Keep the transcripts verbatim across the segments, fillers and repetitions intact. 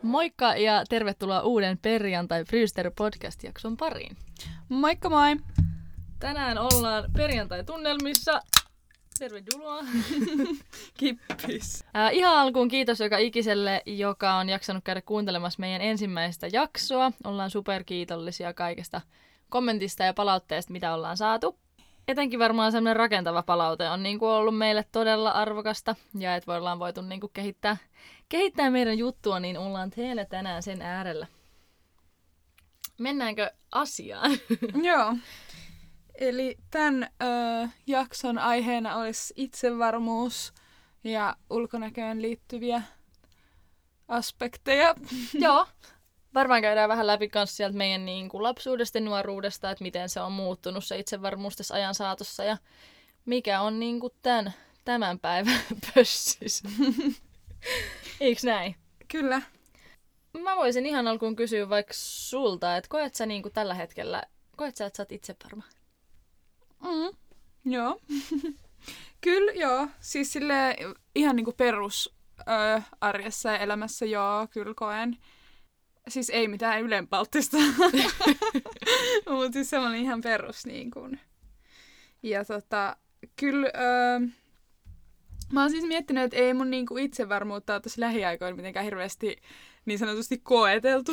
Moikka ja tervetuloa uuden perjantai Brewster podcast-jakson pariin. Moikka moi! Tänään ollaan perjantai-tunnelmissa. Tervetuloa. Kippis. Äh, ihan alkuun kiitos joka ikiselle, joka on jaksanut käydä kuuntelemassa meidän ensimmäistä jaksoa. Ollaan superkiitollisia kaikesta kommentista ja palautteesta, mitä ollaan saatu. Etenkin varmaan sellainen rakentava palaute on niin kuin ollut meille todella arvokasta ja että me ollaan voitu niin kuin kehittää, kehittää meidän juttua, niin ollaan teille tänään sen äärellä. Mennäänkö asiaan? Joo. Eli tämän ö, jakson aiheena olisi itsevarmuus ja ulkonäköön liittyviä aspekteja. Joo. Varmaan käydään vähän läpi kanssa sieltä meidän niin kuin lapsuudesta ja nuoruudesta, että miten se on muuttunut se itsevarmuus tässä ajan saatossa ja mikä on niin kuin tämän, tämän päivän pössis. Eiks näin? Kyllä. Mä voisin ihan alkuun kysyä vaikka sulta, että koet sä niin kuin tällä hetkellä, koet sä, että sä oot itsevarma? Mm. Joo. Kyllä, joo. Siis silleen ihan niinku perus ö, arjessa ja elämässä joo, kyllä koen. Siis ei mitään ylenpalttista, mutta siis semmoinen ihan perus niin kuin. Ja tota, kyllä öö, mä oon siis miettinyt, että ei mun niinku itsevarmuutta ole tosi lähiaikoina mitenkään hirveästi niin sanotusti koeteltu.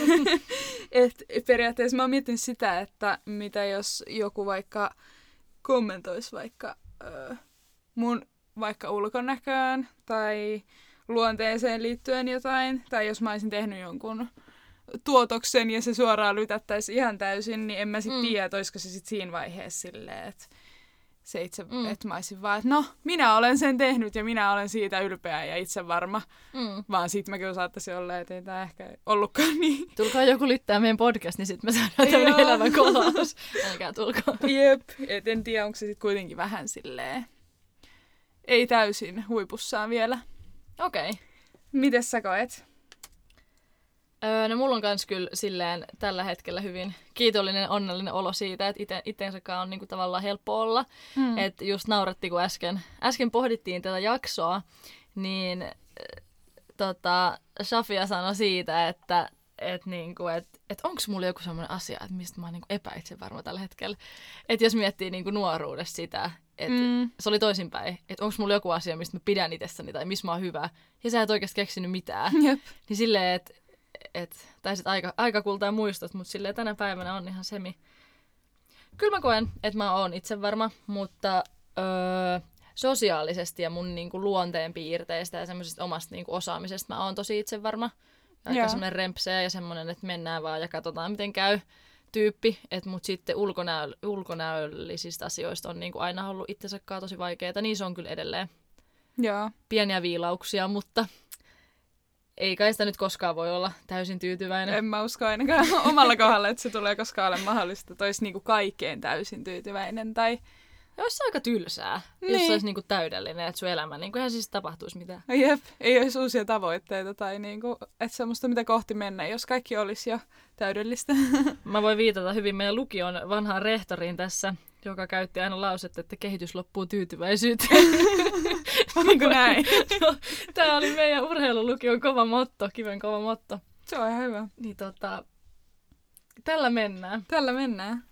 Et periaatteessa mä oon miettinyt sitä, että mitä jos joku vaikka kommentoisi vaikka öö, mun vaikka ulkonäköön tai luonteeseen liittyen jotain, tai jos mä olisin tehnyt jonkun tuotoksen ja se suoraan lytättäisi ihan täysin, niin en mä sit mm. tiedä, että olisiko se sit siinä vaiheessa silleen, että se itse, mm. että mä olisin vaan, että no, minä olen sen tehnyt ja minä olen siitä ylpeä ja itse varma. Mm. Vaan sit mä kyllä saattaisin olla, että ei tää ehkä ollutkaan niin. Tulkaa joku lyttää meidän podcast, niin sit me saadaan tämmönen elämän kolaus. Älkää tulkaa. Jep, et en tiedä, onko se sit kuitenkin vähän silleen, ei täysin huipussaan vielä. Okei. Okay. Mites sä koet? Öö, no mulla on kans kyllä silleen tällä hetkellä hyvin kiitollinen, onnellinen olo siitä, että ite, itsensäkaan on niinku tavallaan helppo olla. Mm. Että just naurettiin, kun äsken, äsken pohdittiin tätä jaksoa, niin äh, tota, Shafia sanoi siitä, että et niinku, et, et onko mulla joku semmoinen asia, että mistä mä oon niinku epäitsevarma tällä hetkellä. Että jos miettii niinku nuoruudessa sitä, että mm. se oli toisinpäin, että onko mulla joku asia, mistä mä pidän itsestäni tai missä mä oon hyvä, ja sä et oikeasti keksinyt mitään. Jep. Niin silleen, että et, tai sit aika, aika kultaa muistot, mutta silleen tänä päivänä on ihan semi. Kyllä mä koen, että mä oon itsevarma, mutta öö, sosiaalisesti ja mun niinku luonteen piirteistä ja semmoisesta omasta niinku osaamisesta mä oon tosi itsevarma. Aika semmoinen rempseä ja semmoinen, että mennään vaan ja katsotaan miten käy tyyppi. Et mut sitten ulkonäö, ulkonäöllisistä asioista on niinku aina ollut itsensäkaan tosi vaikeita, niin se on kyllä edelleen. Joo. Pieniä viilauksia, mutta ei kai sitä nyt koskaan voi olla täysin tyytyväinen. En mä usko ainakaan omalla kohdalla, että se tulee koskaan ole mahdollista, että olisi niinku kaikkeen täysin tyytyväinen. Tai olisi se aika tylsää, niin. Jos se olisi niinku täydellinen, että sun elämä niin eihän siis tapahtuisi mitään. Jep, ei olisi uusia tavoitteita tai niinku, että semmoista mitä kohti mennä, jos kaikki olisi jo täydellistä. Mä voin viitata hyvin meidän lukion vanhaan rehtoriin tässä, joka käytti aina lausetta, että kehitys loppuu tyytyväisyyteen. Niin kuin näin. Tämä oli meidän urheilulukion kova motto, kiven kova motto. Se on ihan hyvä. Niin tota, tällä mennään. Tällä mennään.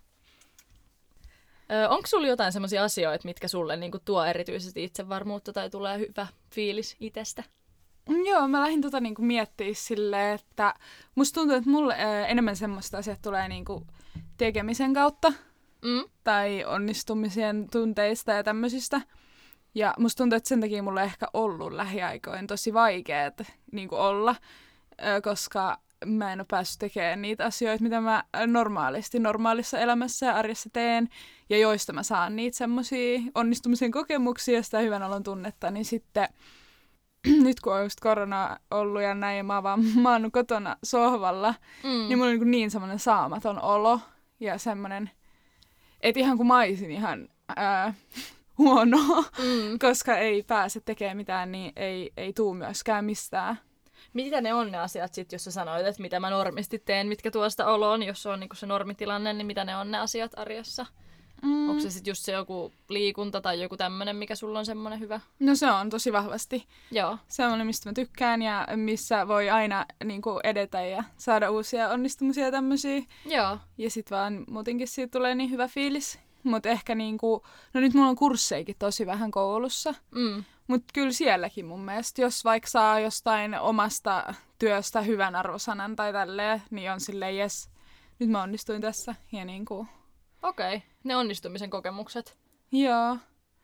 Ö, onko sulla jotain sellaisia asioita, mitkä sulle niinku tuo erityisesti itsevarmuutta tai tulee hyvä fiilis itsestä? Joo, mä lähdin tota niinku miettimään silleen, että musta tuntuu, että mulle ö, enemmän semmoista asiat tulee niinku tekemisen kautta. Mm. Tai onnistumisen tunteista ja tämmöisistä. Ja musta tuntuu, että sen takia mulla on ehkä ollut lähiaikoin tosi vaikeet niin kuin olla, koska mä en ole päässyt tekemään niitä asioita, mitä mä normaalisti normaalissa elämässä ja arjessa teen, ja joista mä saan niitä semmosia onnistumisen kokemuksia ja sitä hyvän olon tunnetta, niin sitten nyt kun on just korona ollut ja näin, ja mä oon vaan maannut kotona sohvalla, mm. niin mulla on niin, niin semmoinen saamaton olo ja semmoinen, että ihan kuin mä olisin ihan ää, huonoa, mm. koska ei pääse tekemään mitään, niin ei, ei tuu myöskään mistään. Mitä ne on ne asiat sit, jos sä sanoit, että mitä mä normisti teen, mitkä tuosta oloon, jos on niinku se normitilanne, niin mitä ne on ne asiat arjessa? Mm. Onko se sitten just se joku liikunta tai joku tämmöinen, mikä sulla on semmoinen hyvä? No se on tosi vahvasti. Joo. Semmoinen, mistä mä tykkään ja missä voi aina niin kuin edetä ja saada uusia onnistumisia ja tämmöisiä. Joo. Ja sit vaan muutenkin siitä tulee niin hyvä fiilis. Mut ehkä niinku, no nyt mulla on kursseikin tosi vähän koulussa. Mm. Mut kyllä sielläkin mun mielestä, jos vaikka saa jostain omasta työstä hyvän arvosanan tai tälleen, niin on silleen jes, nyt mä onnistuin tässä. Ja niinku... Okei, okay. Ne onnistumisen kokemukset. Joo.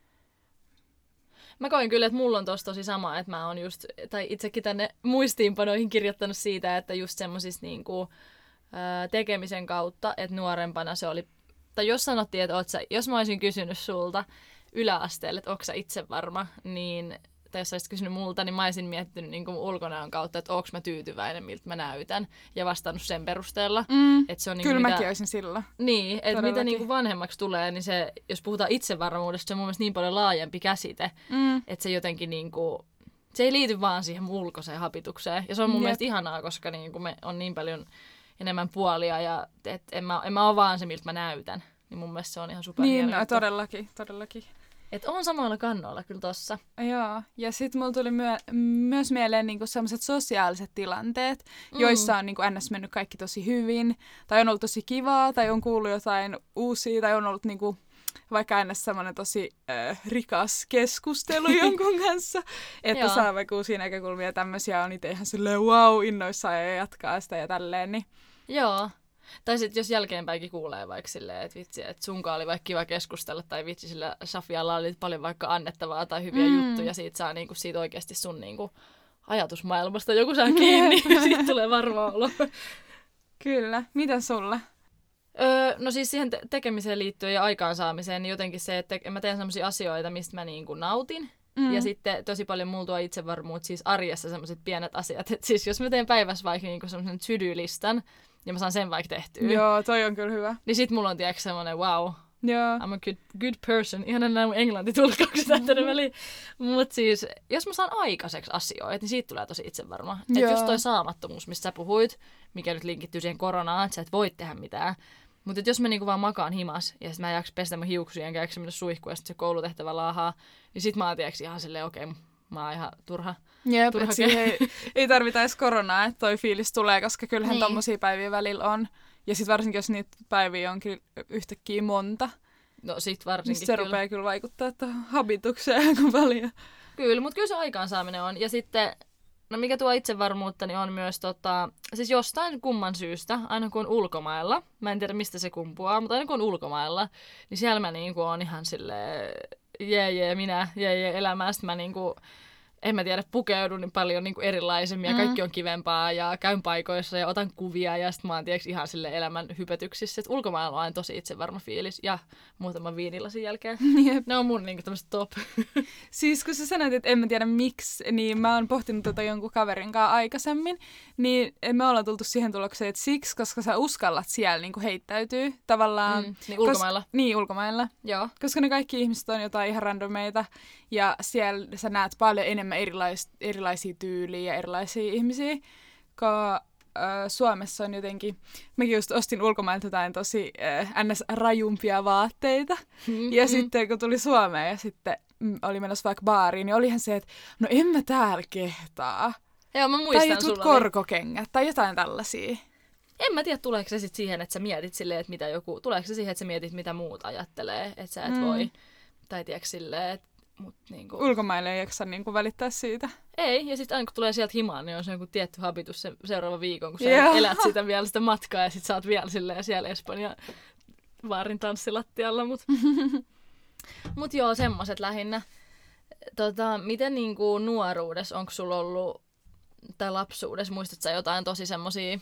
Mä koin kyllä, että mulla on tossa tosi sama, että mä oon just, tai itsekin tänne muistiinpanoihin kirjoittanut siitä, että just semmosissa niinku, ää, tekemisen kautta, että nuorempana se oli, tai jos sanottiin, että oot sä, jos mä olisin kysynyt sulta yläasteelle, että ootko sä itse varma, niin, tai jos sä olisit kysynyt multa, niin mä olisin miettinyt niin kuin ulkonäön kautta, että oonko mä tyytyväinen, miltä mä näytän, ja vastannut sen perusteella. Mm, että se on kyllä niin mäkin mitä, olisin silloin. Niin, että mitä niin kuin vanhemmaksi tulee, niin se, jos puhutaan itsevarmuudesta, se on mun mielestä niin paljon laajempi käsite, mm. että se jotenkin niin kuin, se ei liity vaan siihen mun ulkoiseen habitukseen. Ja se on mun Jep. mielestä ihanaa, koska niin kuin me on niin paljon enemmän puolia, ja et en, mä, en mä ole vaan se, miltä mä näytän. Niin mun mielestä se on ihan super Niin, no, todellakin, todellakin. Että on samoilla kannoilla kyllä tossa. Joo, ja sitten mulla tuli myö- myös mieleen niinku sellaiset sosiaaliset tilanteet, mm. joissa on niinku ns. Mennyt kaikki tosi hyvin, tai on ollut tosi kivaa, tai on kuullut jotain uusia, tai on ollut niinku vaikka ns. Semmoinen tosi äh, rikas keskustelu jonkun kanssa, että saa vaikka uusia näkökulmia ja tämmöisiä on itse ihan silleen wow, innoissaan ja jatkaa sitä ja tälleen. Niin. Joo. Tai sitten jos jälkeenpäinkin kuulee vaikka silleen, että vitsi, että sunkaan oli vaikka kiva keskustella, tai vitsi, sillä Safialla oli paljon vaikka annettavaa tai hyviä mm. juttuja, siitä saa niinku, siitä oikeasti sun niinku, ajatusmaailmasta joku saa kiinni, ja siitä tulee varmaan olo. Kyllä. Mitä sulla? Öö, no siis siihen te- tekemiseen liittyen ja aikaansaamiseen, niin jotenkin se, että mä teen sellaisia asioita, mistä mä niinku nautin. Mm. Ja sitten tosi paljon mulla tuo itsevarmuutta siis arjessa sellaiset pienet asiat. Et siis jos mä teen päivässä vaikka niinku sellaisen to-do-listan, ja mä saan sen vaikka tehtyä. Joo, toi on kyllä hyvä. Niin sit mulla on tiedätkö semmonen wow, joo. I'm a good, good person. Ihan nämä mun englantitulkaukset tänne väliin. Mut siis, jos mä saan aikaiseksi asioita, niin siitä tulee tosi itsevarma. Että just toi saamattomuus, mistä sä puhuit, mikä nyt linkittyy siihen koronaan, että sä et voi tehdä mitään. Mutta jos mä niinku vaan makaan himas, ja sit mä en jaksa pestä mun hiuksia, enkä jaksa mennä suihkuun, ja sit se koulutehtävä laahaa, niin sit mä oon tiedätkö ihan silleen, okei, okay, mä oon ihan turha. Jep, turha siihen ei, ei tarvita edes koronaa, että toi fiilis tulee, koska kyllähän niin. Tommosia päiviä välillä on. Ja sit varsinkin, jos niitä päiviä onkin yhtäkkiä monta, no sit varsinkin niin se kyllä. rupeaa kyllä vaikuttaa tuohon habitukseen aika paljon. Kyllä, mutta kyllä se aikaansaaminen on. Ja sitten, no mikä tuo itsevarmuutta, niin on myös tota, siis jostain kumman syystä, aina kun on ulkomailla, mä en tiedä mistä se kumpuaa, mutta aina kun on ulkomailla, niin siellä mä niinku on ihan silleen, jee jee minä, jee jee elämää, sitten mä niinku, en mä tiedä, pukeudun niin paljon niin kuin erilaisemmin ja mm. kaikki on kivempaa ja käyn paikoissa ja otan kuvia ja sitten mä oon tiiäks, ihan sille elämän hypetyksissä. Et ulkomailla on aina tosi itsevarma fiilis ja muutaman viinilasin jälkeen. Jep. Ne on mun niin kuin tämmöset top. Siis kun sä sanoit, että en mä tiedä miksi, niin mä oon pohtinut tota jonkun kaverin kanssa aikaisemmin, niin me ollaan tultu siihen tulokseen, että siksi, koska sä uskallat siellä niin kuin heittäytyy tavallaan. Mm. Niin ulkomailla. Kos- niin ulkomailla. Joo. Koska ne kaikki ihmiset on jotain ihan randomeita ja siellä sä näet paljon enemmän Erilais, erilaisia tyyliä ja erilaisia ihmisiä, kun äh, Suomessa on jotenkin, mäkin just ostin ulkomailta jotain tosi äh, ns. Rajumpia vaatteita, mm-hmm. ja sitten kun tuli Suomeen ja sitten mm, oli menossa vaikka baariin, niin olihan se, että no en mä täällä kehtaa. Joo, mä muistan tai jotkut korkokengät tai jotain tällaisia. En mä tiedä, tuleeko se sitten siihen, että sä mietit silleen, että mitä joku, tuleeko se siihen, että sä mietit, mitä muut ajattelee, että sä et mm. voi, tai tiedätkö silleen, että Mut niinku... ulkomaille ei jaksa niinku välittää siitä. Ei, ja sitten aina kun tulee sieltä himaan, niin on se joku tietty habitus sen seuraavan viikon, kun sä yeah. elät sitä vielä sitä matkaa, ja sit sä oot vielä silleen siellä Espanjan baarin tanssilattialla. Mut, mut joo, semmoset lähinnä. Tota, miten niinku nuoruudessa, onko sulla ollut, tai lapsuudessa, muistatko sä jotain tosi semmosia,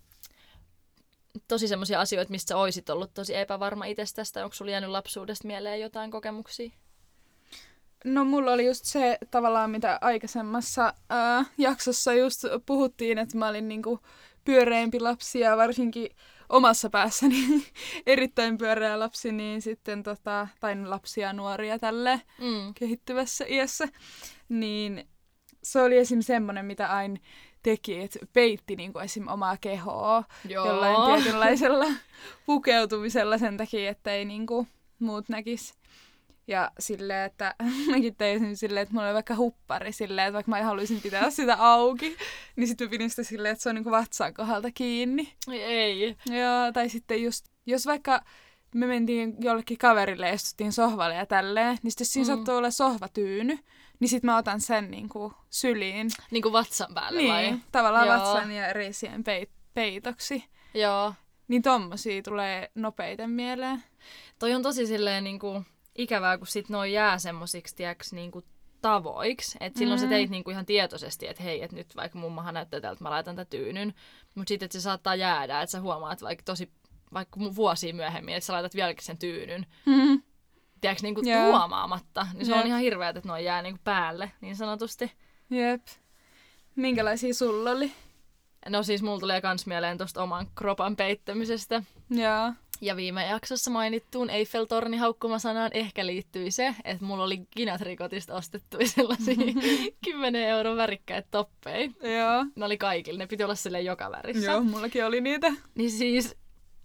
tosi semmosia asioita, mistä sä oisit ollut tosi epävarma itsestäsi, tai onko sulla jäänyt lapsuudesta mieleen jotain kokemuksia? No mulla oli just se tavallaan, mitä aikaisemmassa ää, jaksossa just puhuttiin, että mä olin niinku pyöreämpi lapsi ja varsinkin omassa päässäni erittäin pyöreä lapsi, niin sitten tota, tai lapsia nuoria tälle mm. kehittyvässä iässä, niin se oli esim. Semmoinen, mitä aina teki, että peitti niinku esim. Omaa kehoa Joo. jollain tietynlaisella pukeutumisella sen takia, että ei niinku muut näkis. Ja silleen, että mäkin tein silleen, että mulla oli vaikka huppari silleen, että vaikka mä haluaisin pitää sitä auki, niin sitten mä pidin sitä silleen, että se on niinku vatsan kohdalta kiinni. Ei. Joo, tai sitten just, jos vaikka me mentiin jollekin kaverille ja istuttiin sohvalle ja tälleen, niin sitten jos siinä mm. sattuu olla sohvatyyny, niin sit mä otan sen niinku syliin. Niinku vatsan päälle niin, vai? Niin, tavallaan Joo. vatsan ja reisien peit- peitoksi. Joo. Niin tommosia tulee nopeiten mieleen. Toi on tosi silleen niinku ikävää, kun sit noi jää semmosiksi, tiiäks, niinku tavoiksi. Että silloin mm. sä teit niinku ihan tietoisesti, että hei, että nyt vaikka mummahan näyttää tältä, että mä laitan tätä tyynyn. Mutta sitten, että se saattaa jäädä, että sä huomaat vaikka tosi, vaikka vuosia myöhemmin, että sä laitat vieläkin sen tyynyn. Mm. Tiedätkö, niinku yeah. huomaamatta. Niin se yep. on ihan hirveät, että noi jää niinku päälle, niin sanotusti. Jep. Minkälaisia sulla oli? No siis mulla tulee kans mieleen tosta oman kropan peittämisestä. Joo. Ja viime jaksossa mainittuun Eiffel-torni haukkumasanaan ehkä liittyi se, että mulla oli Ginatrikotista ostettuja sellaisia kymmenen euron värikkäitä toppeja. Joo. Ne oli kaikille, ne piti olla silleen joka värissä. Joo, mullakin oli niitä. Niin siis,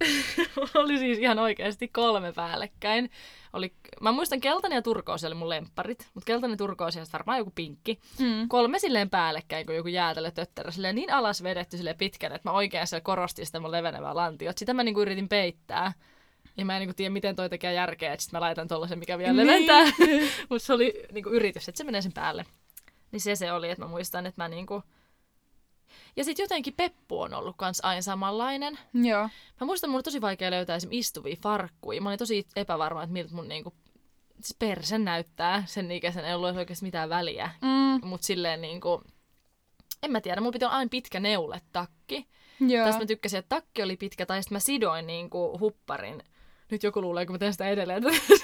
oli siis ihan oikeasti kolme päällekkäin. Oli, mä muistan keltainen ja turkoosi oli mun lempparit, mutta keltainen turkoosi ja varmaan joku pinkki. Mm. Kolme silleen päällekkäin, kun joku jäätelö tötterä, silleen niin alas vedetty silleen pitkän, että mä oikein siellä korostin sitä mun levenevää lantiot. Sitä mä niinku yritin peittää. Ja mä en niinku tiedä, miten toi tekee järkeä, että sit mä laitan tollasen, mikä vielä niin. leventää. Mutta se oli niinku yritys, että se menee sen päälle. Niin se se oli, että mä muistan, että mä niinku... Ja sit jotenkin peppu on ollut kans aina samanlainen. Joo. Mä muistan, mulla oli tosi vaikea löytää esimerkiksi istuvia farkkuja. Mä olin tosi epävarma, että miltä mun niinku, siis perse näyttää. Sen ikäisen ei ollut oikeasti mitään väliä. Mm. Mut silleen niinku, en mä tiedä, mulla piti olla aina pitkä neuletakki. Joo. Tästä mä tykkäsin, että takki oli pitkä, tai sitten mä sidoin niinku hupparin. Nyt joku luulee, kun mä teen sitä edelleen.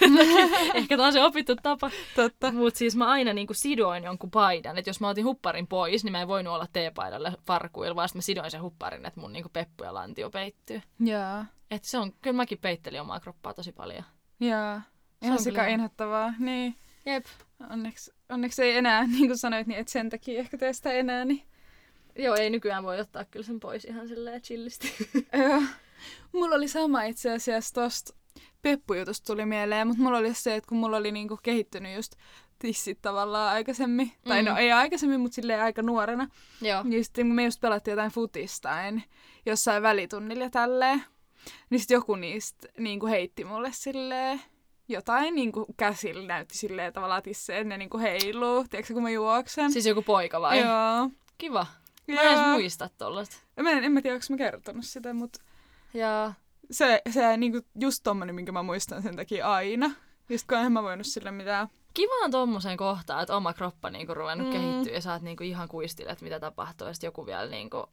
Ehkä taas se opittu tapa. Totta. Mutta siis mä aina niinku sidoin jonkun paidan. Että jos mä otin hupparin pois, niin mä en voinut olla teepaidalle farkuilla, vaan mä sidoin sen hupparin, että mun niinku peppu ja lantio peittyy. Joo. Että se on, kyllä mäkin peittelin omaa kroppaa tosi paljon. Joo. Ihan sika kyllä inhottavaa. Niin. Jep. Onneksi, onneksi ei enää, niin kuin sanoit, niin et sen takia ehkä tee sitä enää. Niin... Joo, ei nykyään voi ottaa kyllä sen pois ihan silleen chillisti. Joo. Mulla oli sama itse asiassa tosta peppujutusta tuli mieleen, mutta mulla oli se, että kun mulla oli niinku kehittynyt just tissit tavallaan aikaisemmin, mm. tai no ei aikaisemmin, mutta silleen aika nuorena. Joo. Niin sitten kun me just pelattiin jotain futistain jossain välitunnilla ja tälleen, niin sitten joku niistä niinku heitti mulle silleen jotain niinku käsillä näytti silleen tavallaan tisseen, että ne niinku heiluu, tiedätkö kun mä juoksen. Siis joku poika vai? Joo. Kiva. Mä en edes muista tollasta. Mä en, en mä tiedä, onko mä kertonut sitä, mutta... Joo. Se, se niinku just tommonen, minkä mä muistan sen takia aina. Just kun en mä voinut sille mitään. Kiva on tommoseen kohtaan, että oma kroppa niinku ruvennut mm. kehittyä ja sä oot niinku ihan kuistille, että mitä tapahtuu. Ja sit joku vielä niinku...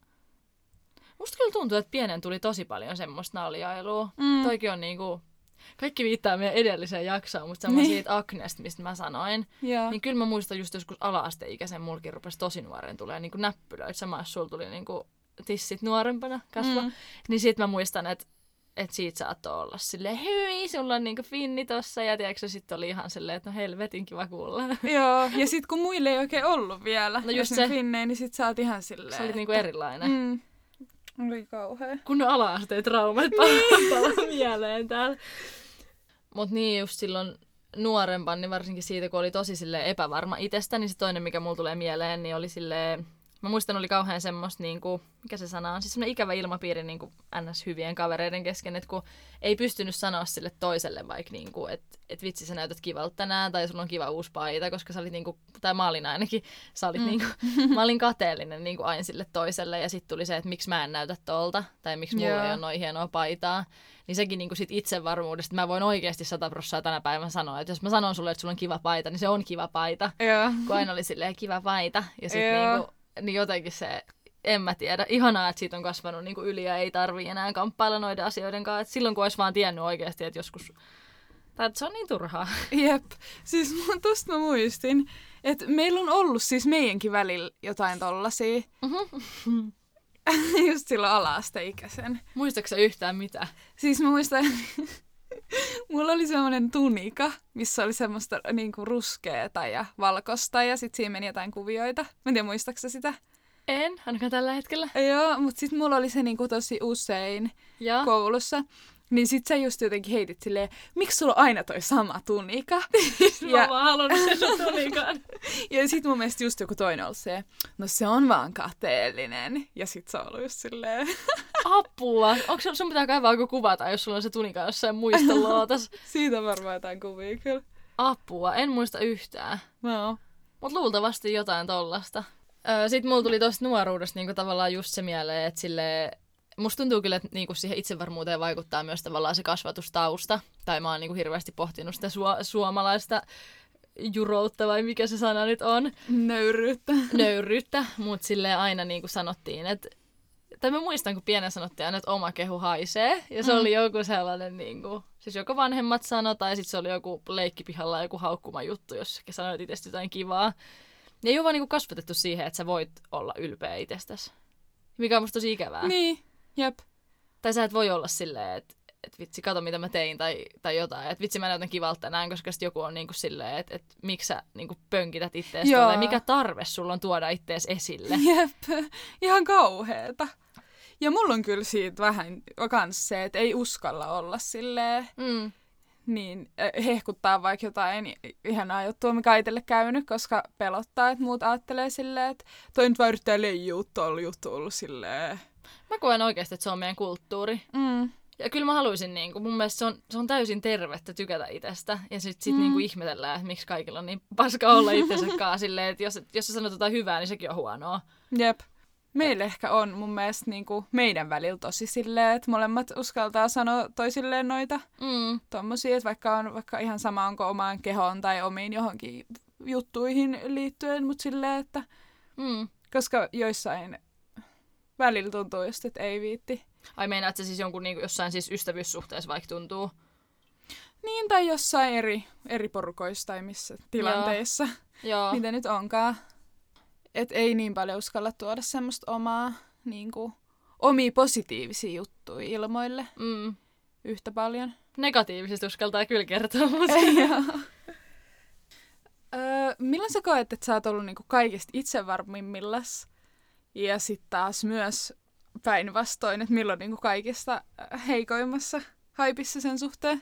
Musta kyllä tuntuu, että pienen tuli tosi paljon semmoista naljailua. Mm. Toikin on niinku... Kaikki viittaa meidän edelliseen jaksoon, mutta sama niin. siitä aknesta, mistä mä sanoin. Ja. Niin kyllä mä muistan just joskus ala-asteikäisen mulkin rupesi tosi nuoren tulee niinku näppylöitä. Sama jos sulla tuli niinku tissit nuorempana kasva. Mm. Niin sit mä muistan, että et siitä saattoi olla silleen, hyi, sulla on niinku finni tossa. Ja tiedätkö, sitten oli ihan silleen, että no helvetin kiva kuulla. Joo, ja sit kun muille ei oikein ollut vielä no just se finnejä, niin sit sä oot ihan silleen. Se oli niinku erilainen. Mm. Oli kauhea. Kun on ala-asteen traumat niin. palaa mieleen täällä. Mut niin just silloin nuorempan, niin varsinkin siitä, kun oli tosi silleen epävarma itsestä, niin se toinen, mikä mulla tulee mieleen, niin oli silleen... Mä muistan, oli kauhean semmoista, niinku, mikä se sana on, siis semmoinen ikävä ilmapiiri niinku ns. Hyvien kavereiden kesken, että kun ei pystynyt sanoa sille toiselle vaikka, niinku, että et vitsi sä näytät kivalta tänään, tai sulla on kiva uusi paita, koska sä olit, niinku, tai mä olin ainakin, sä olit, mm. niinku, mä olin kateellinen niinku, aina sille toiselle, ja sitten tuli se, että miksi mä en näytä tolta, tai miksi mulla yeah. ei ole noin hienoa paitaa. Niin sekin niinku sit itsevarmuudesta, mä voin oikeasti sata prosenttia tänä päivänä sanoa, että jos mä sanon sulle, että sulla on kiva paita, niin se on kiva paita, yeah. kun aina oli silleen kiva paita, ja sitten yeah. niinku, niin jotenkin se, en mä tiedä. Ihanaa, että siitä on kasvanut niin kuin yli ja ei tarvii enää kamppailla noiden asioiden kanssa. Et silloin kun olisi vaan tiennyt oikeasti, että joskus... Tai että se on niin turhaa. Jep. Siis tosta mä muistin, että meillä on ollut siis meidänkin välillä jotain tollasia. Mm-hmm. Just silloin ala-asteikäisen. Muistatko sä yhtään mitä? Siis mä muistan... Mulla oli semmoinen tunika, missä oli semmoista niinku ruskeata ja valkoista ja sit siinä meni jotain kuvioita. Mä en tiedä, muistatko sitä? En, ainakaan tällä hetkellä. Joo, mutta sit mulla oli se niinku tosi usein ja. koulussa. Niin sit sä just jotenkin heitit silleen, miksi sulla on aina toi sama tunika? ja... Mä vaan halunnut sen sun tunikan. Ja sit mun mielestä just joku toinen on se, no se on vaan kateellinen. Ja sit se on ollut just silleen... Apua! Onko sun pitää kaivaa joku kuva, tai jos sulla on se tunika jossain muistoluotas? Siitä on varmaan jotain kuvia kyllä. Apua, en muista yhtään. No. Mut luultavasti jotain tollasta. Öö, Sitten mulla tuli tosta nuoruudesta niinku tavallaan just se mieleen, että sille musta tuntuu kyllä, että niinku siihen itsevarmuuteen vaikuttaa myös tavallaan se kasvatustausta. Tai mä oon niinku hirveästi pohtinut sitä su- suomalaista juroutta, vai mikä se sana nyt on. Nöyryyttä. Nöyryyttä, mutta silleen aina niinku sanottiin, että... Tai mä muistan, kun pienen sanottiin aina, että oma kehu haisee. Ja se mm. oli joku sellainen, niinku, siis joko vanhemmat sanoi, tai sitten se oli joku leikkipihalla joku haukkuma juttu, jos sanoit itsestä jotain kivaa. Ja ei ole vaan niinku kasvatettu siihen, että sä voit olla ylpeä itsestäsi. Mikä on musta tosi ikävää. Niin, jep. Tai sä et voi olla silleen, että et vitsi, kato mitä mä tein tai, tai jotain. Että vitsi, mä näytän kivalta tänään, koska sit joku on niinku silleen, että et, miksi sä niinku pönkität ittees tolleen. Mikä tarve sulla on tuoda ittees esille. Jep, ihan kauheeta. Ja mulla on kyllä siitä vähän kans se, että ei uskalla olla silleen, mm. niin hehkuttaa vaikka jotain ihanaa juttua, mikä on itselle käynyt, koska pelottaa, että muut ajattelee silleen, että toi nyt vaan yrittää leijua tuolla juttuilla silleen. Mä koen oikeasti, että se on meidän kulttuuri. Mm. Ja kyllä mä haluaisin, niin kuin, mun mielestä se on, se on täysin tervettä tykätä itsestä. Ja sit, sit mm. niin kuin ihmetellään, että miksi kaikilla on niin paskaa olla itsensä kanssa silleen, että jos, jos sä sanot jotain hyvää, niin sekin on huonoa. Jep. Meillä ehkä on mun mielestä niin kuin meidän välillä tosi silleen, että molemmat uskaltaa sanoa toisilleen noita mm. tommosia, että vaikka on vaikka ihan sama, onko omaan kehoon tai omiin johonkin juttuihin liittyen, mutta silleen, että mm. koska joissain välillä tuntuu just, että ei viitti. Ai meinaat se siis jonkun niin kuin jossain siis ystävyyssuhteessa vaikka tuntuu? Niin, tai jossain eri, eri porukoissa tai missä tilanteissa, Joo. mitä nyt onkaan. Et ei niin paljon uskalla tuoda semmoista omaa, niinku, omia positiivisia juttuja ilmoille mm. yhtä paljon. Negatiivisesti uskaltaa kyllä kertoa, mutta... öö, milloin sä koet, että sä oot ollut niinku kaikista itsevarmimmillas? Ja sitten taas myös päinvastoin, että milloin niinku kaikista heikoimmassa haipissa sen suhteen?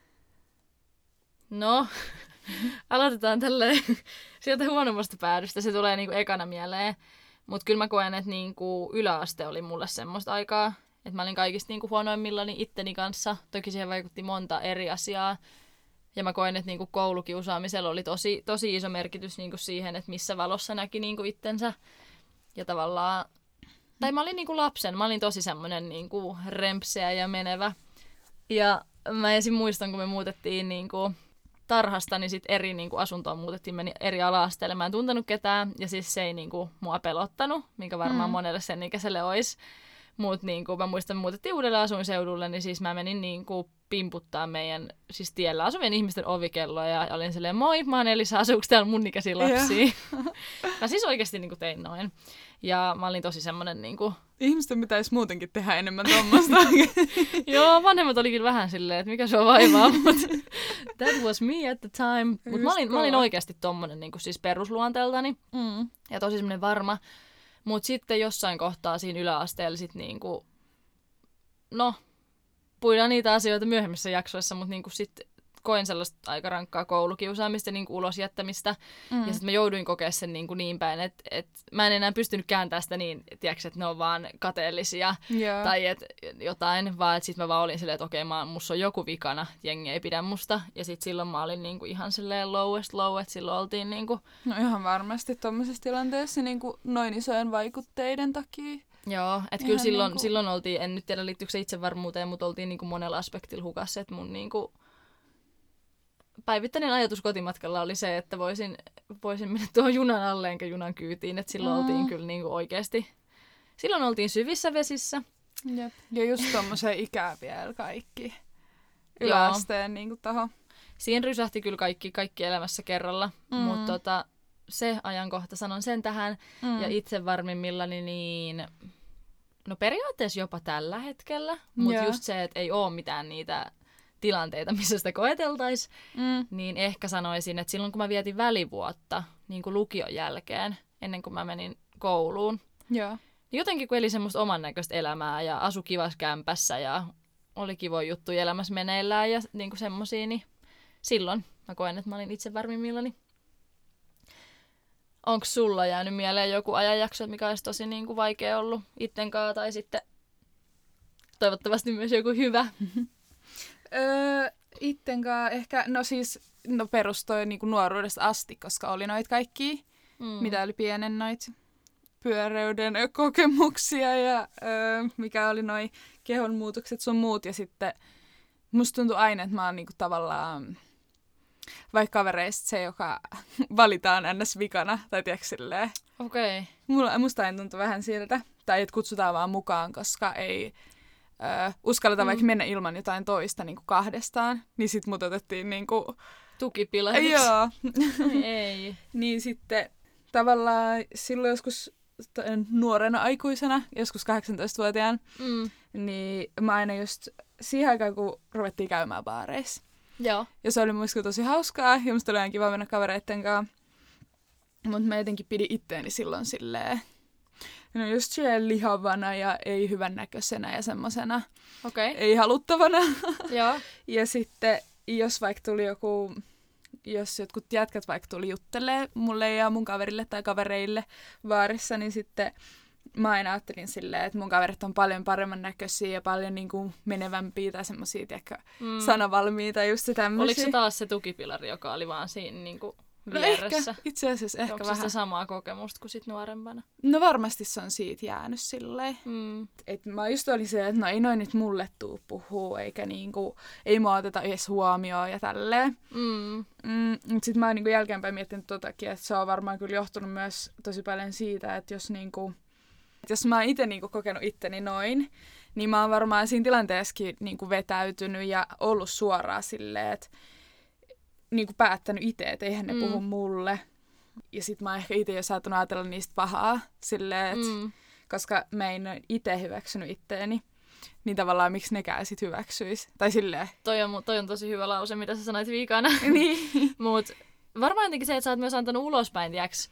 No... Aloitetaan tälleen sieltä huonommasta päädystä. Se tulee niinku ekana mieleen. Mutta kyllä mä koen, että niinku yläaste oli mulle semmoista aikaa. Että mä olin kaikista niinku huonoimmillani itteni kanssa. Toki siihen vaikutti monta eri asiaa. Ja mä koen, että niinku koulukiusaamisella oli tosi, tosi iso merkitys niinku siihen, että missä valossa näki niinku itsensä. Ja tavallaan... Tai mä olin niinku lapsen. Mä olin tosi semmoinen niinku rempseä ja menevä. Ja mä esim. Muistan, kun me muutettiin... Niinku, tarhasta, niin sitten eri niin kuin asuntoon muutettiin, meni eri ala-asteelle. Mä en tuntenut ketään, ja siis se ei niin kuin, mua pelottanut, minkä varmaan mm. monelle sen ikäiselle olisi. Mutta niin mä muistan, muutettiin uudelle asuinseudulle, niin siis mä menin niin kuin, pimputtaa meidän siis tiellä asuvien ihmisten ovikelloa, ja olin silleen, moi, mä oon Elisa, asuuko täällä mun ikäisiä lapsia? Mä siis oikeasti niin kuin, tein noin. Ja mä olin tosi semmonen niin kuin... Ihmisten pitäisi muutenkin tehdä enemmän tuommoista. Joo, vanhemmat oli kyllä vähän silleen, että mikä sua vaivaa, mutta that was me at the time. Mutta mä olin, mä olin oikeasti tommonen niin kuin siis perusluonteeltani mm. ja tosi semmoinen varma. Mutta sitten jossain kohtaa siinä yläasteella sit niinku, no, puidaan niitä asioita myöhemmissä jaksoissa, mutta niinku sit koin sellaista aika rankkaa koulukiusaamista ja niinku ulosjättämistä. Mm. Ja sitten mä jouduin kokea sen niinku niin päin, että et mä en enää pystynyt kääntämään sitä niin, tiiäks, että ne on vaan kateellisia yeah. tai et jotain, vaan että sitten mä vaan olin silleen, että okei, mä, musta on joku vikana, jengi ei pidä musta. Ja sitten silloin mä olin niinku ihan silleen lowest low, että silloin oltiin niinku... No ihan varmasti tommosessa tilanteessa niinku noin isojen vaikutteiden takia. Joo, että kyllä silloin, niinku... silloin oltiin, en nyt tiedä liittyykö se itsevarmuuteen, mutta oltiin niinku monella aspektilla hukassa, että mun niinku... päivittäinen ajatus kotimatkalla oli se, että voisin, voisin mennä tuohon junan alle enkä junan kyytiin, että silloin mm. oltiin kyllä niinku oikeasti, silloin oltiin syvissä vesissä. Jep. Ja just tommoseen ikään vielä kaikki yläasteen niinku taho. Siihen rysähti kyllä kaikki, kaikki elämässä kerralla, mm. mutta tota, se ajankohta, sanon sen tähän, mm. ja itse varmimmillani niin, no periaatteessa jopa tällä hetkellä, mutta yeah. just se, että ei ole mitään niitä tilanteita, missä sitä koeteltaisiin, mm. niin ehkä sanoisin, että silloin kun mä vietin välivuotta niin kuin lukion jälkeen, ennen kuin mä menin kouluun, yeah. niin jotenkin kun eli semmoista oman näköistä elämää ja asu kivassa kämpässä ja oli kivoja juttuja elämässä meneillään ja niinku semmosia, niin silloin mä koen, että mä olin itse varmimmillani. Onko sulla jäänyt mieleen joku ajanjakso, mikä olisi tosi niinku vaikea ollut ittenkaan, tai sitten toivottavasti myös joku hyvä? öö, ittenkaan ehkä, no siis, no perustoi niinku nuoruudesta asti, koska oli noit kaikki, mm. mitä oli pienen noit pyöreyden kokemuksia ja öö, mikä oli noi kehonmuutokset sun muut. Ja sitten musta tuntui aina, että mä oon niinku tavallaan vaikka kavereista se, joka valitaan ns. Vikana, tai tiedätkö silleen. Okei. Okay. Mulla, musta aina tuntui vähän siltä, tai että kutsutaan vaan mukaan, koska ei ö, uskalleta mm. vaikka mennä ilman jotain toista niin kuin kahdestaan. Niin sit mut otettiin niin kuin tukipilariksi. Joo. ei. Niin sitten tavallaan silloin joskus nuorena aikuisena, joskus kahdeksantoistavuotiaan, mm. niin mä aina just siihen aikaan, kun ruvettiin käymään baareissa. Joo. Ja se oli musta tosi hauskaa, ja musta oli ihan kiva mennä kavereitten kanssa. Mutta mä jotenkin pidin itteeni silloin silleen, no just silleen lihavana ja ei hyvän näköisenä ja semmosena. Okei. Okay. Ei haluttavana. Joo. Ja sitten, jos vaikka tuli joku, jos jotkut jätkät vaikka tuli juttelee mulle ja mun kaverille tai kavereille baarissa, niin sitten mä aina ajattelin silleen, että mun kaverit on paljon paremman näköisiä ja paljon niinku menevämpiä tai semmosia, tiedätkö, mm. sanavalmiita, just se tämmösiä. Oliko se taas se tukipilari, joka oli vaan siinä niinku no vieressä? Ehkä, itse asiassa ehkä onko vähän. Onko se samaa kokemusta kuin sit nuorempana? No varmasti se on siitä jäänyt silleen. Mm. Et mä just olin se, että no ei noin nyt mulle tuu puhuu, eikä niinku, ei mua oteta edes huomioon ja tälleen. Mm. Mm, mut sit mä oon niinku jälkeenpäin miettinyt totakin, että se on varmaan kyllä johtunut myös tosi paljon siitä, että jos niinku jos mä oon itse niinku kokenut itteni noin, niin mä oon varmaan siinä tilanteessakin niinku vetäytynyt ja ollut suoraan silleen, että niinku päättänyt itse, että eihän ne mm. puhu mulle. Ja sit mä oon ehkä itse jo saattanut ajatella niistä pahaa silleen, että mm. koska mä en itse hyväksynyt itteeni, niin tavallaan miksi nekään sit hyväksyis. Tai silleen. Toi on, toi on tosi hyvä lause, mitä sä sanoit viikana. Niin. Mut varmaan jotenkin se, että sä oot myös antanut ulospäin, tiiäks,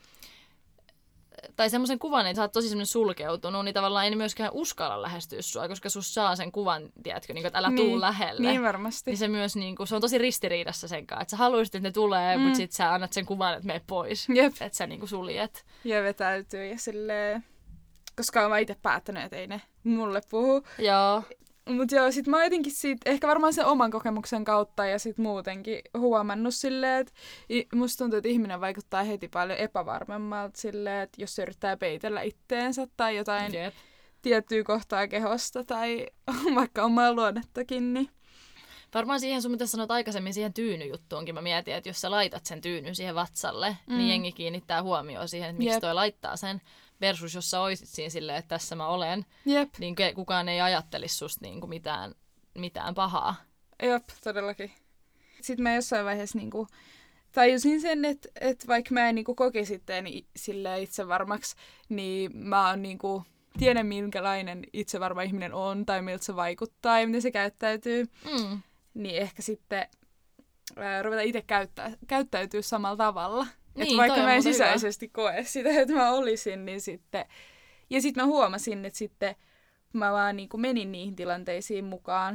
tai semmoisen kuvan, että sä oot tosi semmoinen sulkeutunut, niin tavallaan ei myöskään uskalla lähestyä sua, koska sus saa sen kuvan, tiedätkö, niin, että älä niin, tuu lähelle. Niin varmasti. Niin se myös niin kuin, se on tosi ristiriidassa sen kanssa, että sä haluaisit, että ne tulee, mm. mutta sit sä annat sen kuvan, että mene pois. Jep. Että sä niin kuin suljet. Ja vetäytyy ja silleen, koska mä itse päättänyt, että ei ne mulle puhu. Joo. Mut joo, sit mä oon jotenkin siitä, ehkä varmaan sen oman kokemuksen kautta ja sit muutenkin huomannut silleen, että musta tuntuu, että ihminen vaikuttaa heti paljon epävarmemmalta silleen, että jos se yrittää peitellä itteensä tai jotain Jep. tiettyä kohtaa kehosta tai vaikka omaa luonnettakin, niin varmaan siihen sun, mitä sanoit aikaisemmin, siihen tyynyjuttuunkin mä mietin, että jos sä laitat sen tyynyn siihen vatsalle, mm. niin jengi kiinnittää huomioon siihen, että miksi Jep. toi laittaa sen. Versus jos sä oisit siinä silleen, että tässä mä olen, Jep. niin kukaan ei ajattelisi susta niinku mitään, mitään pahaa. Jep, todellakin. Sitten mä jossain vaiheessa niinku tajusin sen, että, että vaikka mä en niinku kokisi itseäni silleen itsevarmaksi, niin mä oon niinku, tiedän minkälainen itsevarma ihminen on tai miltä se vaikuttaa ja miten se käyttäytyy. Mm. Niin ehkä sitten ää, ruveta itse käyttä, käyttäytyy samalla tavalla. Niin, että vaikka mä en sisäisesti hyvä. koe sitä, että mä olisin, niin sitten ja sitten mä huomasin, että sitten mä vaan niin kuin menin niihin tilanteisiin mukaan,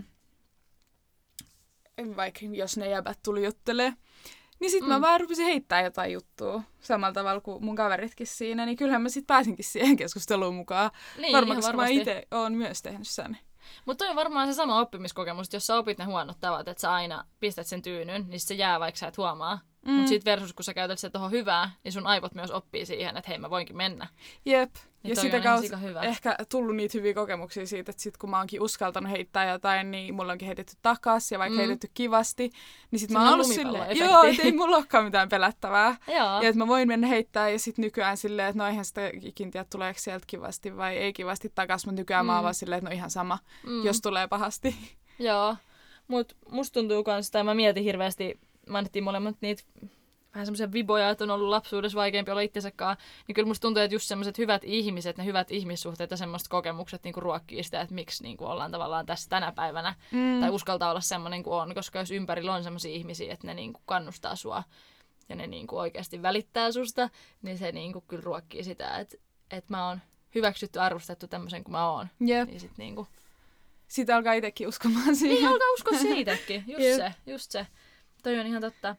vaikka jos ne jäbät tuli juttelee, niin sitten mm. mä vaan rupesin heittää jotain juttua samalla tavalla kuin mun kaveritkin siinä, niin kyllähän mä sitten pääsinkin siihen keskusteluun mukaan. Niin, varmaan, koska mä itse oon myös tehnyt sen. Mutta toi on varmaan se sama oppimiskokemus, että jos sä opit ne huonot tavat, että sä aina pistät sen tyynyn, niin se jää, vaikka sä et huomaa. Mm. Mutta sitten versus, kun sä käytät sitä tuohon hyvää, niin sun aivot myös oppii siihen, että hei, mä voinkin mennä. Jep. Niin ja sitä kautta ehkä tullut niitä hyviä kokemuksia siitä, että sit kun mä oonkin uskaltanut heittää jotain, niin mulla onkin heitetty takas ja vaikka mm. heitetty kivasti, niin sit se mä oon ollut silleen, joo, et ei mulla olekaan mitään pelättävää. Ja että mä voin mennä heittää ja sit nykyään silleen, että no eihän sitä ikin tiedä, tuleeko sieltä kivasti vai ei kivasti takas, mutta nykyään mm. mä oon vaan silleen, että no ihan sama, mm. jos tulee pahasti. Joo, mut musta tuntuu kans, tai mä mietin hirveästi, mä annettiin molemmat niitä vähän semmoisia viboja, että on ollut lapsuudessa vaikeampi olla itsensäkaan, niin kyllä musta tuntuu, että just semmoiset hyvät ihmiset, ne hyvät ihmissuhteet ja semmoiset kokemukset niin kuin ruokkii sitä, että miksi niin kuin ollaan tavallaan tässä tänä päivänä, mm. tai uskaltaa olla semmoinen kuin on, koska jos ympärillä on semmoisia ihmisiä, että ne niin kuin kannustaa sua ja ne niin kuin oikeasti välittää susta, niin se niin kuin kyllä ruokkii sitä, että, että mä oon hyväksytty, arvostettu tämmöisen kuin mä oon. Yep. Niin sit niin kuin Sitten alkaa itsekin uskomaan siihen. Niin, alkaa uskoa siihen itsekin. Just Jep. se, just se. Toi on ihan totta.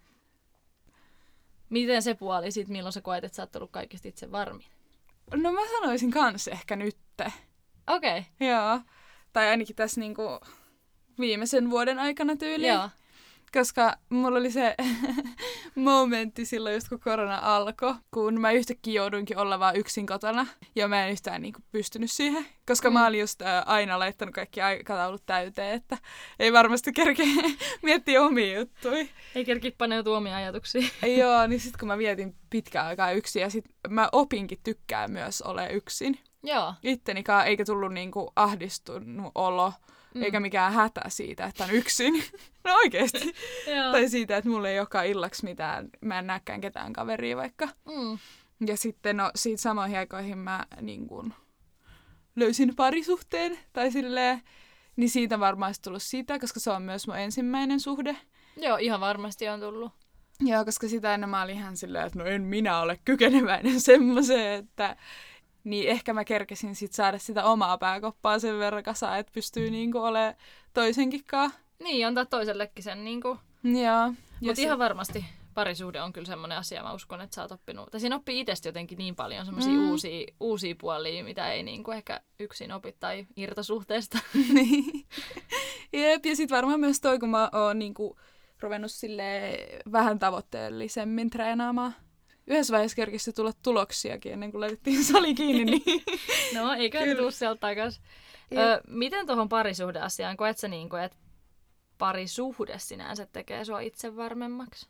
Miten se puoli sit, milloin sä koet, että sä oot ollut kaikista itse varmin? No mä sanoisin kans ehkä nytte. Okei. Okay. Joo. Tai ainakin tässä niinku viimeisen vuoden aikana tyyliin. Joo. Koska mulla oli se momentti silloin, just kun korona alkoi, kun mä yhtäkkiä jouduinkin olla vaan yksin kotona. Ja mä en yhtään niinku pystynyt siihen, koska mm. mä olin just ä, aina laittanut kaikki aikataulut täyteen, että ei varmasti kerkeä miettiä omia juttuja. Ei kerki paneutua omia ajatuksia. Joo, niin sit kun mä vietin pitkään aikaa yksin ja sit mä opinkin tykkää myös ole yksin. Joo. Ittenikaan eikä tullut niinku ahdistunut olo. Mm. Eikä mikään hätä siitä, että on yksin. No oikeesti. Tai siitä, että mulla ei olekaan illaksi mitään, mä en näkään ketään kaveria vaikka. Mm. Ja sitten no siitä samoihin aikoihin mä niin kun, löysin parisuhteen. Tai silleen, niin siitä varmaan olisi tullut sitä, koska se on myös mun ensimmäinen suhde. Joo, ihan varmasti on tullut. Joo, koska sitä ennen mä olin ihan silleen, että no en minä ole kykeneväinen semmoiseen, että... Niin ehkä mä kerkesin sit saada sitä omaa pääkoppaa sen verran kasaan, että pystyy niinku olemaan toisenkinkaan. Niin, antaa toisellekin sen niinku. Joo. Mutta ihan varmasti parisuhde on kyllä semmoinen asia, mä uskon, että sä oot oppinut. Tai siinä oppii itsestä jotenkin niin paljon semmoisia mm. uusia, uusia puolia, mitä ei niinku ehkä yksin opi tai irtosuhteesta. Niin. Jep, ja sit varmaan myös toi, kun mä oon niinku ruvennut silleen vähän tavoitteellisemmin treenaamaan. Yhdessä vaiheessa kerkisi tulla tuloksiakin ennen kuin laitettiin sali kiinni. Niin... no, eikä ne tuu sieltä takas. Ö, miten tuohon parisuhdeasiaan, koet sä niin kuin, että parisuhde sinänsä tekee sua itse varmemmaksi?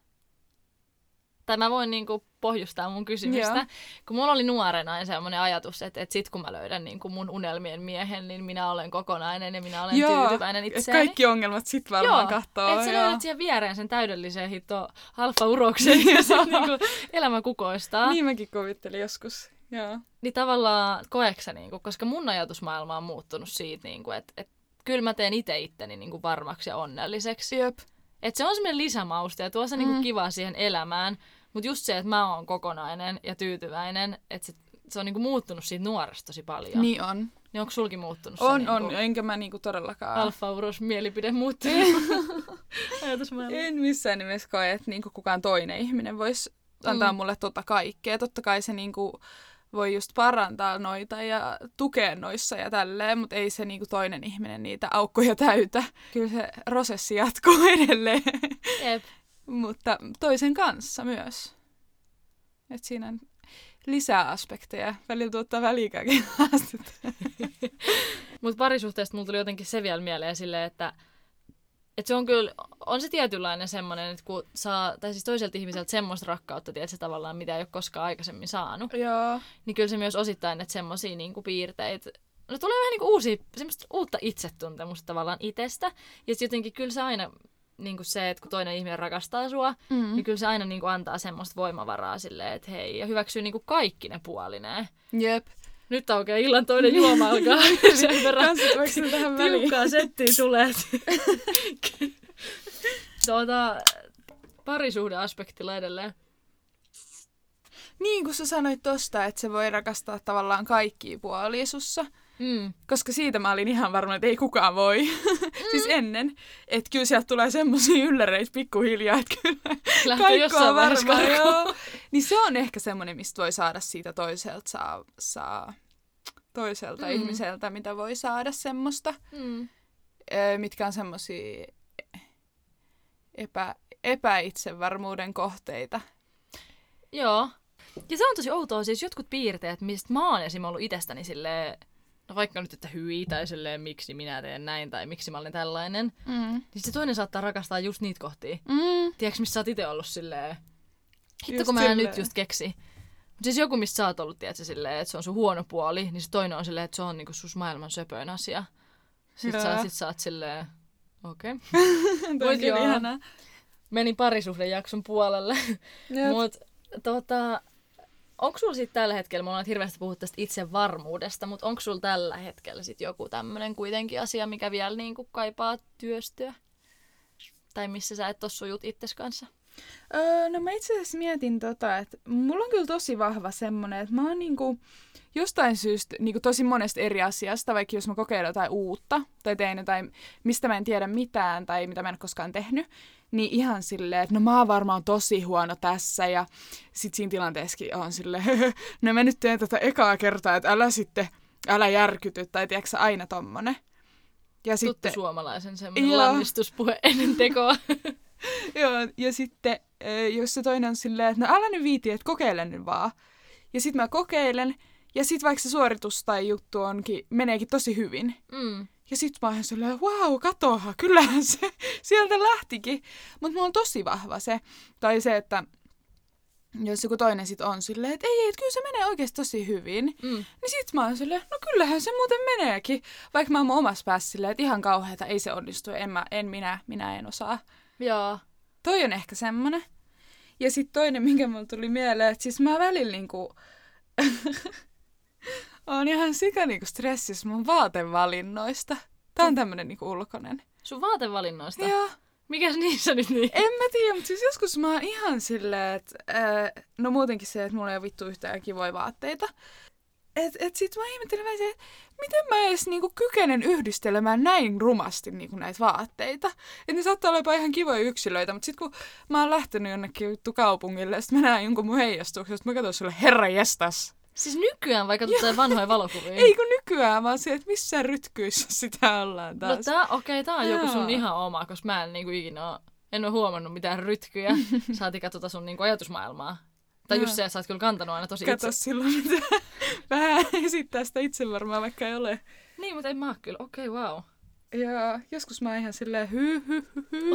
Tai mä voin niinku pohjustaa mun kysymystä. Joo. Kun mulla oli nuorena semmoinen ajatus, että, että sit kun mä löydän niinku mun unelmien miehen, niin minä olen kokonainen ja minä olen joo, tyytyväinen itseäni. Kaikki ongelmat sit varmaan joo, kattoo. Että sä löydät siihen viereen sen täydellisen hitto alfa-uroksen ja sit niinku elämä kukoistaa. Niin mäkin kuvittelin joskus. Joo. Niin tavallaan koeksä, niinku, koska mun ajatusmaailma on muuttunut siitä, niinku, että, että kyllä mä teen itse itteni niinku varmaksi ja onnelliseksi. Jep. Että se on semmoinen lisämauste ja tuo se mm. niinku kivaa siihen elämään. Mutta just se, että mä oon kokonainen ja tyytyväinen, että se, se on niinku muuttunut siitä nuoresta tosi paljon. Niin on. Niin onko sulki muuttunut on, se? On, on. Enkä mä niinku todellakaan. Alfa-uros mielipide muuttunut. En missään nimessä koe, että niinku kukaan toinen ihminen voisi antaa mm. mulle tota kaikkea. Totta kai se niinku voi just parantaa noita ja tukea noissa ja tälleen, mutta ei se niinku toinen ihminen niitä aukkoja täytä. Kyllä se prosessi jatkuu edelleen. Jep. Mutta toisen kanssa myös. Et siinä on lisää aspekteja. Välillä tuottaa välikäkin haastetta. Mutta parisuhteesta mulla tuli jotenkin se vielä mieleen silleen, että, että se on kyllä, on se tietynlainen semmoinen, että kun saa, tai siis toiselta ihmiseltä semmoista rakkautta, tiedätkö tavallaan, mitä ei ole koskaan aikaisemmin saanut. Joo. Niin kyllä se myös osittain, että semmoisia niinku piirteitä, no tulee vähän niinku uusia, semmoista uutta itsetuntemusta tavallaan itsestä. Ja sitten jotenkin kyllä se aina... Niin kuin se, että kun toinen ihminen rakastaa sua, mm. niin kyllä se aina niin kuin antaa semmoista voimavaraa silleen, että hei, ja hyväksyy niin kuin kaikki ne puolineen. Jep. Nyt aukeaa illan toinen juoma alkaa. Sen verran tiukkaa settiä tulee. tuota, parisuhdeaspektilla edelleen. Niin kuin sä sanoit tosta, että se voi rakastaa tavallaan kaikkia puolia sussa. Mm. Koska siitä mä olin ihan varma, että ei kukaan voi. Mm. siis ennen. Että kyllä sieltä tulee semmosia ylläreitä pikkuhiljaa, että kyllä kaikki on varma. Joo. Niin se on ehkä semmoinen, mistä voi saada siitä toiselta, saa, saa toiselta mm. ihmiseltä, mitä voi saada semmoista. Mm. Ö, mitkä on semmosia epä, epäitsevarmuuden kohteita. Joo. Ja se on tosi outoa, siis jotkut piirteet, mistä mä oon esimerkiksi ollut itsestäni silleen, no vaikka nyt, että hyi, tai silleen, miksi minä teen näin, tai miksi mä olen tällainen, mm. niin se toinen saattaa rakastaa just niitä kohtia. Mm. Tiedätkö, missä sä oot ite ollut silleen, hitto kun mä en nyt just keksi. Mutta siis joku, mistä sä oot ollut, tiedätkö, silleen, että se on sun huono puoli, niin se toinen on silleen, että se on niinku sus maailman söpöin asia. Sitten sä, sit sä oot silleen, okei. Okay. Voit joo. Ihanaa. Meni parisuhdejakson puolelle. Mut tota... Onko sulla sitten tällä hetkellä, me ollaan hirveästi puhuttu tästä itsevarmuudesta, mutta onko sulla tällä hetkellä sitten joku tämmöinen kuitenkin asia, mikä vielä niinku kaipaa työstöä? Tai missä sä et ole sujut itses kanssa? Öö, no mä itse asiassa mietin tota, että mulla on kyllä tosi vahva semmonen, että mä oon niinku jostain syystä niinku tosi monesta eri asiasta, vaikka jos mä kokeilen jotain uutta tai teen jotain, mistä mä en tiedä mitään tai mitä mä en ole koskaan tehnyt, niin ihan silleen, että no mä oon varmaan tosi huono tässä ja sit siinä tilanteessakin on silleen, no mä nyt teen tätä ekaa kertaa, että älä sitten, älä järkyty tai tiedätkö aina tommonen. Ja Tuttu sitten, suomalaisen semmoinen lannistuspuhe ennen tekoa. Joo, ja sitten jos se toinen on silleen, että no älä nyt viiti, että kokeile nyt vaan. Ja sitten mä kokeilen, ja sitten vaikka se suoritus tai juttu onkin, meneekin tosi hyvin. Mm. Ja sitten mä oon silleen, wow, katoha, kyllähän se sieltä lähtikin. Mutta mulla on tosi vahva se, tai se, että jos joku toinen sit on silleen, että ei, että kyllä se menee oikeasti tosi hyvin. Mm. Niin sit mä oon silleen, no kyllähän se muuten meneekin. Vaikka mä oon mun omassa päässä silleen, että ihan kauheata, ei se onnistu, en, mä, en minä, minä en osaa. Joo. Toi on ehkä semmonen. Ja sit toinen, minkä mulle tuli mieleen, että siis mä välillä niinku oon ihan sika niinku stressissä mun vaatevalinnoista. Tää on tämmönen niinku ulkonen. Sun vaatevalinnoista? Joo. Mikäs niissä nyt niin? En mä tiedä, mutta siis joskus mä oon ihan silleen, että äh, no muutenkin se, että mulla ei ole vittu yhtään kivoja vaatteita. Et, et sit mä ihmettelen vähän se, että miten mä edes niinku kykenen yhdistelemään näin rumasti niinku näitä vaatteita. Et ne saattaa olla jopa ihan kivoja yksilöitä, mutta sit kun mä oon lähtenyt jonnekin vittu kaupungille, ja sit mä näen jonkun mun heijastuksen, mä katson sulle, herra jestas. Siis nykyään vaikka katsotaan vanhoja valokuvia. Ei kun nykyään, vaan se, että missä rytkyissä sitä ollaan taas. No tää, okei, okay, tää on Joo. joku sun ihan oma, koska mä en niinku ikinä oo, en oo huomannut mitään rytkyjä. Saati katsota sun niinku ajatusmaailmaa. Tai Joo. just se, että sä oot kyllä kantanut aina tosi Kato itse. silloin, mitä vähän esittää sitä itse varmaan, vaikka ei ole. Niin, mutta en mä oo kyllä. Okei, okay, wow. Ja joskus mä oon ihan silleen hy hy hy hy.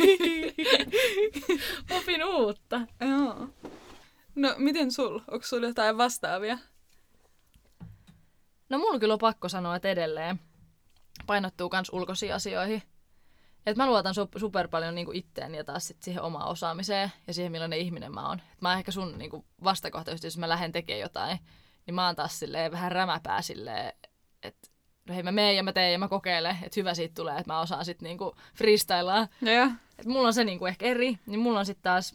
Opin uutta. Joo. No, miten sul? Onko sulla jotain vastaavia? No mulla kyllä on pakko sanoa, että edelleen painottuu kans ulkoisiin asioihin. Et mä luotan su- super paljon niinku itteen ja taas sit siihen omaan osaamiseen ja siihen, millainen ihminen mä oon. Et mä oon ehkä sun niinku vastakohtaisesti, jos mä lähden tekemään jotain, niin mä oon taas silleen vähän rämäpää silleen, että no hei mä meen ja mä teen ja mä kokeilen, että hyvä siitä tulee, että mä osaan sit niinku freestylaa. Joo. Et mulla on se niinku ehkä eri, niin mulla on sit taas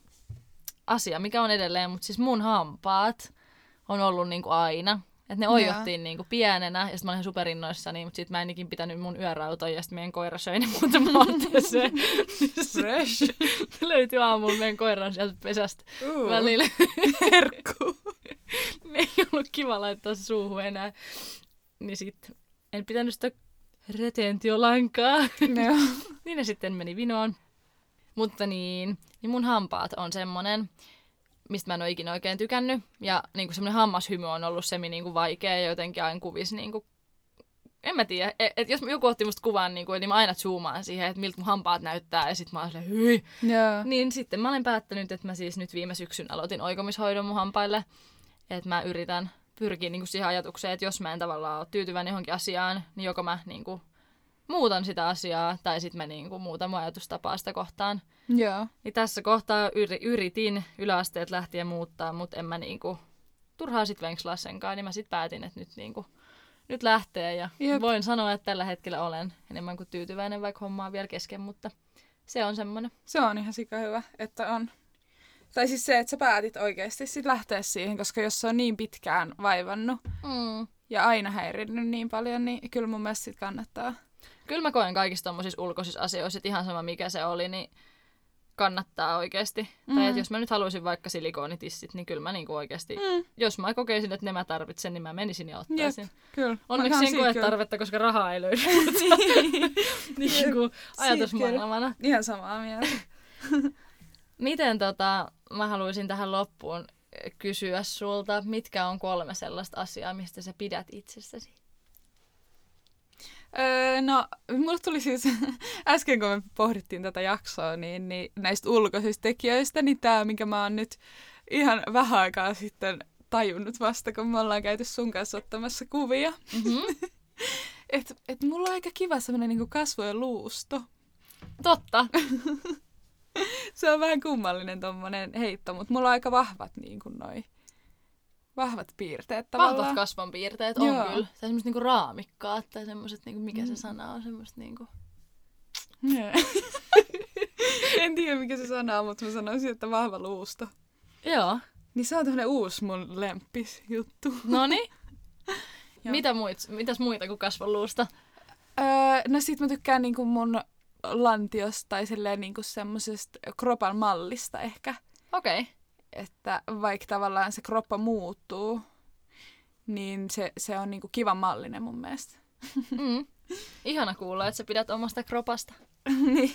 asia, mikä on edelleen, mutta siis mun hampaat on ollut niinku aina. Että ne oijottiin niinku pienenä, ja sit mä olin ihan superinnoissani, mutta sit mä en ikin pitänyt mun yörautoja, ja sit meidän koira söi ne muuten vaatteeseen. Fresh. Löytyi aamulla meidän koiran sieltä pesästä Uh, välillä. herkku. Me ei ollut kiva laittaa se suuhun enää. Niin sit en pitänyt sitä retentiolainkaa. No. Niin ne sitten meni vinoon. Mutta niin, niin mun hampaat on semmonen, mistä mä en ole ikinä oikein tykännyt. Ja niin semmoinen hammashymy on ollut semi niin vaikea ja jotenkin aina kuvissa. Niin kuin, en mä tiedä. Et, et jos joku otti musta kuvan, niin, kuin, niin mä aina zoomaan siihen, että miltä mun hampaat näyttää. Ja sit mä oon silleen, hyi. Joo. Niin sitten mä olen päättänyt, että mä siis nyt viime syksyn aloitin oikomishoidon mun hampaille. Että mä yritän pyrkiä niin kuin siihen ajatukseen, että jos mä en tavallaan ole tyytyväinen johonkin asiaan, niin joko mä niin kuin muutan sitä asiaa tai sitten mä niin kuin muutan mun ajatustapaa sitä kohtaan. Joo. Niin tässä kohtaa yri, yritin yläasteet lähtien muuttaa, mutta en mä niinku turhaa sit venkslaa senkaan, niin mä sit päätin, että nyt, niinku, nyt lähtee. Ja Jep. voin sanoa, että tällä hetkellä olen enemmän kuin tyytyväinen, vaikka homma on vielä kesken, mutta se on semmoinen. Se on ihan sika hyvä, että on. Tai siis se, että sä päätit oikeasti sit lähteä siihen, koska jos se on niin pitkään vaivannut Mm. ja aina häirinnyt niin paljon, niin kyllä mun mielestä sit kannattaa. Kyllä mä koen kaikissa tommosissa ulkoisissa asioissa, että ihan sama mikä se oli, niin kannattaa oikeasti. Mm. Tai että jos mä nyt haluaisin vaikka silikoonitissit, niin kyllä mä niinku oikeasti, Mm. jos mä kokeisin, että ne mä tarvitsen, niin mä menisin ja ottaisin. Jep, kyllä. Onneksi en koe tarvetta, koska rahaa ei löydy. niin kuin ajatusmaailmana. Ihan samaa mieltä. Miten tota, mä haluaisin tähän loppuun kysyä sulta, mitkä on kolme sellaista asiaa, mistä sä pidät itsestäsi? Öö, no, mulle tuli siis äsken, kun me pohdittiin tätä jaksoa, niin, niin näistä ulkoisista tekijöistä, niin tämä, minkä mä oon nyt ihan vähän aikaa sitten tajunnut vasta, kun me ollaan käyty sun kanssa ottamassa kuvia. Mm-hmm. Että et mulla on aika kiva semmoinen niinku kasvojen luusto. Totta. Se on vähän kummallinen tommonen heitto, mutta mulla on aika vahvat niinku noi vahvat piirteet tavallaan. Vahvat kasvonpiirteet on Joo. kyllä. Tai semmoiset niinku raamikkaat tai semmoiset, niinku, mikä mm. se sana on, semmoiset niinku... En tiedä, mikä se sana on, mutta mä sanoisin, että vahva luusto. Joo. Niin se on tämmönen uusi mun lemppis juttu. Noniin. Mitä muit, mitäs muita kuin kasvonluusta? Öö, no sit mä tykkään niinku mun lantiosta tai silleen niinku semmosesta kropan mallista ehkä. Okei. Okay. Että vaikka tavallaan se kroppa muuttuu, niin se, se on niinku kivan mallinen mun mielestä. Mm. Ihana kuulla, että sä pidät omasta kropasta. Niin.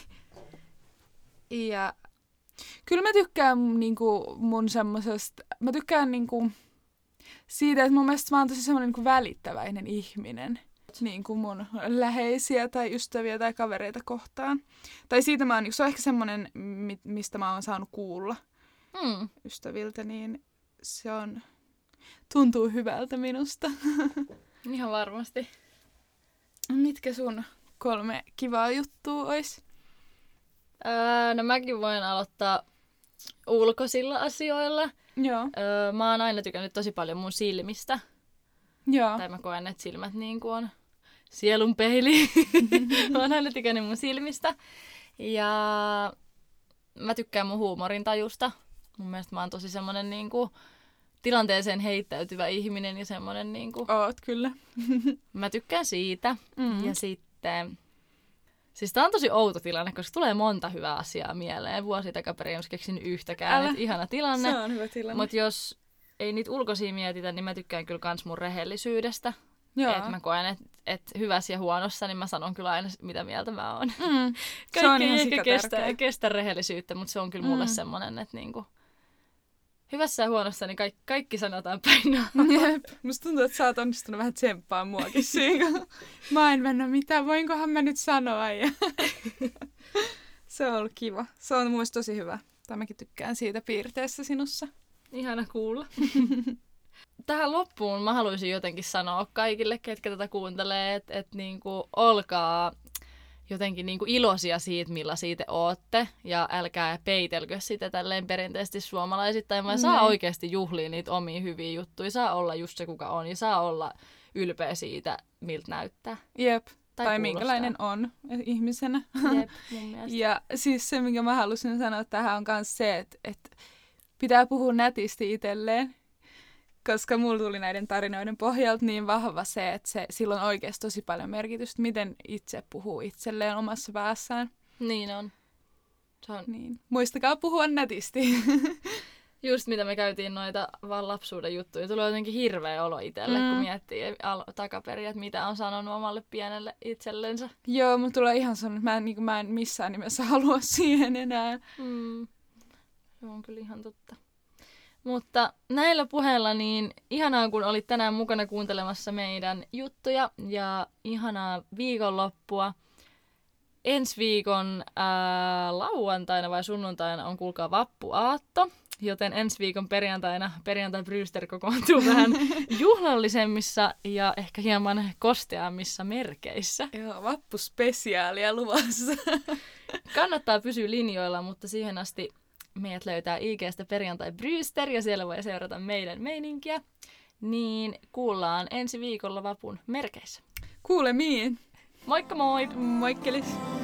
Ja kyllä mä tykkään niinku mun semmosesta, mä tykkään niinku siitä, että mun mielestä mä oon tosi semmoinen niinku välittäväinen ihminen. Niinku mun läheisiä tai ystäviä tai kavereita kohtaan. Tai siitä mä oon, se on ehkä semmoinen, mistä mä oon saanut kuulla mm. ystäviltä, niin se on, tuntuu hyvältä minusta. Ihan varmasti. Mitkä sun kolme kivaa juttua ois? Öö, no mäkin voin aloittaa ulkoisilla asioilla. Joo. Öö, mä oon aina tykännyt tosi paljon mun silmistä. Joo. Tai mä koen, että silmät niin kuin on sielun peili. Mä oon aina tykännyt mun silmistä. Ja mä tykkään mun huumorintajusta. Mun mielestä mä oon tosi semmonen niin kuin tilanteeseen heittäytyvä ihminen ja semmonen niin kuin... Oot kyllä. Mä tykkään siitä. Mm. Ja sitten... Siis tää on tosi outo tilanne, koska tulee monta hyvää asiaa mieleen. Vuosi takaperin jos keksin yhtäkään. Et ihana tilanne. Se on hyvä tilanne. Mut jos ei niitä ulkoisia mietitä, niin mä tykkään kyllä kans mun rehellisyydestä. Joo. Et mä koen, että et hyvässä ja huonossa, niin mä sanon kyllä aina, mitä mieltä mä oon. Mm. Se on ihan ehkä kestä, kestä rehellisyyttä, mutta se on kyllä mulle mm. semmonen, että niinku... Hyvässä ja huonossa, niin kaikki, kaikki sanotaan päin. Jep. Musta tuntuu, että sä oot onnistunut vähän tsemppaa muakin siinä. Mä en mennä mitään, voinkohan mä nyt sanoa. Ja... se on ollut kiva. Se on mun mielestä tosi hyvä. Tai mäkin tykkään siitä piirteessä sinussa. Ihana kuulla. Tähän loppuun mä haluaisin jotenkin sanoa kaikille, ketkä tätä kuuntelee, että et niinku olkaa jotenkin niinku iloisia siitä, millaisia te ootte, ja älkää peitelkö sitä tälleen perinteisesti suomalaisittain, vaan saa oikeasti juhlia niitä omia hyviä juttuja, saa olla just se, kuka on, ja saa olla ylpeä siitä, miltä näyttää. Jep. Tai, tai minkälainen on ihmisenä. Jep, mun mielestä. Ja siis se, minkä mä halusin sanoa tähän, on myös se, että, että pitää puhua nätisti itselleen. Koska mulla tuli näiden tarinoiden pohjalta niin vahva se, että se, sillä on oikeasti tosi paljon merkitystä, miten itse puhuu itselleen omassa päässään. Niin on. Se on. Niin. Muistakaa puhua nätisti. Just mitä me käytiin noita vaan lapsuuden juttuja. Tulee jotenkin hirveä olo itselle, mm. kun miettii al- takaperin, että mitä on sanonut omalle pienelle itsellensä. Joo, mutta tulee ihan sellainen, että mä en, niin kuin, mä en missään nimessä halua siihen enää. Mm. Se on kyllä ihan totta. Mutta näillä puheilla niin ihanaa, kun olit tänään mukana kuuntelemassa meidän juttuja ja ihanaa viikonloppua. Ensi viikon ää, lauantaina vai sunnuntaina on kuulkaa vappuaatto, joten ensi viikon perjantaina perjantai Brewster kokoontuu vähän juhlallisemmissa ja ehkä hieman kosteammissa merkeissä. Joo, vappuspesiaalia luvassa. Kannattaa pysyä linjoilla, mutta siihen asti meidät löytää I G:stä perjantai Brewster ja siellä voi seurata meidän meininkiä. Niin kuullaan ensi viikolla vapun merkeissä. Kuulemiin. Moikka moi! Moikkelis!